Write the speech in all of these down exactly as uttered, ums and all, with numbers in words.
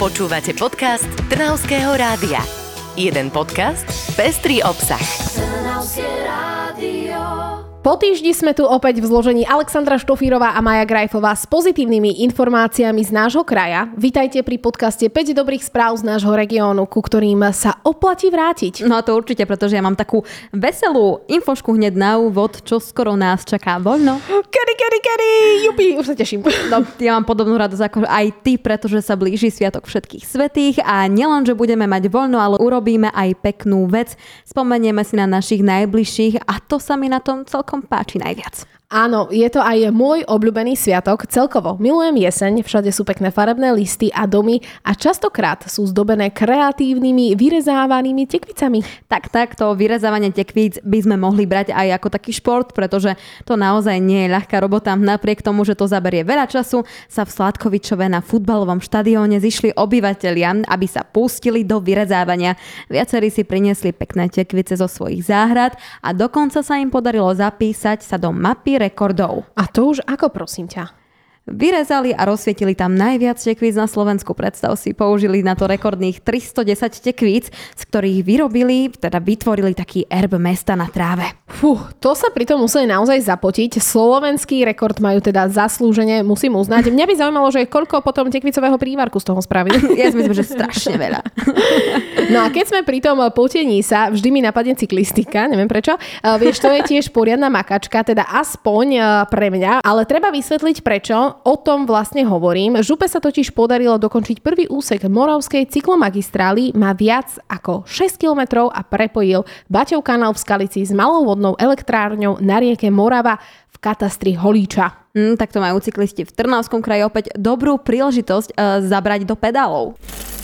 Počúvate podcast Trnavského rádia. Jeden podcast, pestrý obsah. Trnavské rádio. Po týždni sme tu opäť v zložení Alexandra Štofírová a Maja Grajfová s pozitívnymi informáciami z nášho kraja. Vítajte pri podcaste päť dobrých správ z nášho regiónu, ku ktorým sa oplatí vrátiť. No to určite, pretože ja mám takú veselú infošku hneď na úvod, čo skoro nás čaká voľno. Kedy, kedy, kedy, jupi, už sa teším. No, ja mám podobnú radosť ako aj ty, pretože sa blíži Sviatok všetkých svätých a nielen, že budeme mať voľno, ale urobíme aj peknú vec. Spomenieme si na našich najbližších a to sa mi na tom celkom páči najviac. Áno, je to aj môj obľúbený sviatok. Celkovo milujem jeseň, všade sú pekné farebné listy a domy a častokrát sú zdobené kreatívnymi vyrezávanými tekvicami. Tak, tak, to vyrezávanie tekvíc by sme mohli brať aj ako taký šport, pretože to naozaj nie je ľahká robota. Napriek tomu, že to zaberie veľa času, sa v Sladkovičove na futbalovom štadióne zišli obyvatelia, aby sa pustili do vyrezávania. Viacerí si priniesli pekné tekvice zo svojich záhrad a dokonca sa im podarilo zapísať sa do mapy rekordov. A to už ako, prosím ťa? Vyrezali a rozsvietili tam najviac tekvíc na Slovensku. Predstav si, použili na to rekordných tristodesať tekvíc, z ktorých vyrobili, teda vytvorili taký erb mesta na tráve. Fú, to sa pritom museli naozaj zapotiť. Slovenský rekord majú teda zaslúžene, musím uznať. Mňa by zaujímalo, že koľko potom tekvicového prívarku z toho spravili. Ja si myslím, že strašne veľa. No a keď sme pri tom potení sa, vždy mi napadne cyklistika, neviem prečo. Vieš, to je tiež poriadna makačka, teda aspoň pre mňa, ale treba vysvetliť prečo. O tom vlastne hovorím. Župe sa totiž podarilo dokončiť prvý úsek Moravskej cyklomagistrály, má viac ako šesť kilometrov a prepojil Baťov kanál v Skalici s malou vodnou elektrárňou na rieke Morava v katastri Holíča. Mm, tak to majú cyklisti v Trnavskom kraji opäť dobrú príležitosť e, zabrať do pedálov.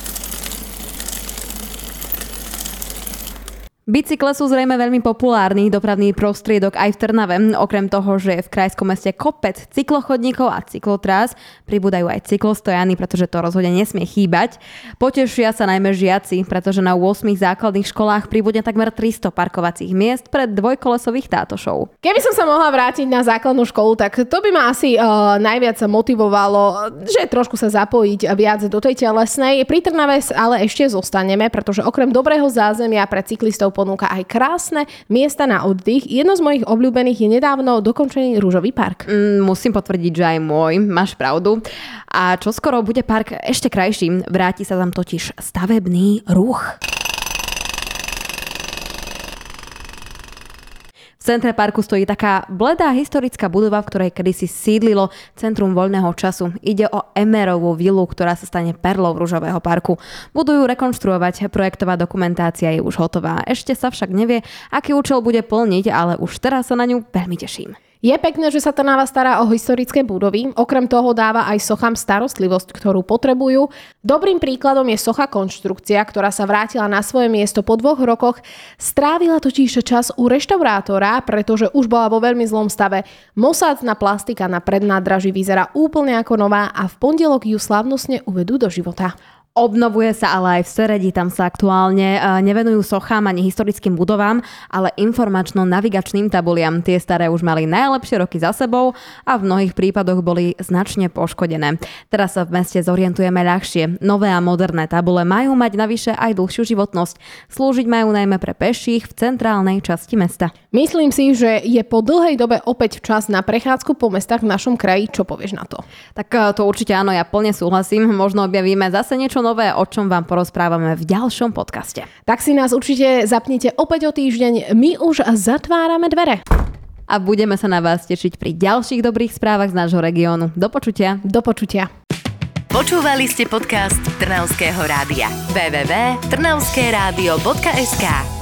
Bicykle sú zrejme veľmi populárny dopravný prostriedok aj v Trnave. Okrem toho, že je v krajskom meste kopec cyklochodníkov a cyklotrás, pribúdajú aj cyklostojany, pretože to rozhodne nesmie chýbať. Potešia sa najmä žiaci, pretože na ôsmich základných školách pribudne takmer tristo parkovacích miest pre dvojkolesových tátošov. Keby som sa mohla vrátiť na základnú školu, tak to by ma asi uh, najviac motivovalo, že trošku sa zapojiť viac do tej telesnej. Pri Trnave ale ešte zostaneme, pretože okrem dobrého zázemia pre cyklistov ponúka aj krásne miesta na oddych. Jedno z mojich obľúbených je nedávno dokončený Ružový park. Mm, musím potvrdiť, že aj môj. Máš pravdu. A čoskoro bude park ešte krajší. Vráti sa tam totiž stavebný ruch. V centre parku stojí taká bledá historická budova, v ktorej kedysi sídlilo Centrum voľného času. Ide o Emerovú vilu, ktorá sa stane perlou Ružového parku. Budú ju rekonštruovať, projektová dokumentácia je už hotová. Ešte sa však nevie, aký účel bude plniť, ale už teraz sa na ňu veľmi teším. Je pekné, že sa Trnava stará o historické budovy, okrem toho dáva aj sochám starostlivosť, ktorú potrebujú. Dobrým príkladom je socha Konštrukcia, ktorá sa vrátila na svoje miesto po dvoch rokoch. Strávila totiž čas u reštaurátora, pretože už bola vo veľmi zlom stave. Mosácna plastika na prednádraží vyzerá úplne ako nová a v pondelok ju slávnostne uvedú do života. Obnovuje sa ale aj v Seredi, tam sa aktuálne nevenujú sochám ani historickým budovám, ale informačno-navigačným tabuliam. Tie staré už mali najlepšie roky za sebou a v mnohých prípadoch boli značne poškodené. Teraz sa v meste zorientujeme ľahšie. Nové a moderné tabule majú mať navyše aj dlhšiu životnosť. Slúžiť majú najmä pre peších v centrálnej časti mesta. Myslím si, že je po dlhej dobe opäť čas na prechádzku po mestách v našom kraji. Čo povieš na to? Tak to určite áno, ja plne súhlasím. Možno objavíme zase niečo nové, o čom vám porozprávame v ďalšom podcaste. Tak si nás určite zapnite opäť o týždeň. My už zatvárame dvere. A budeme sa na vás tešiť pri ďalších dobrých správach z nášho regiónu. Do počutia. Do počutia. Počúvali ste podcast Trnavského rádia. w w w bodka trnavskeradio bodka es ká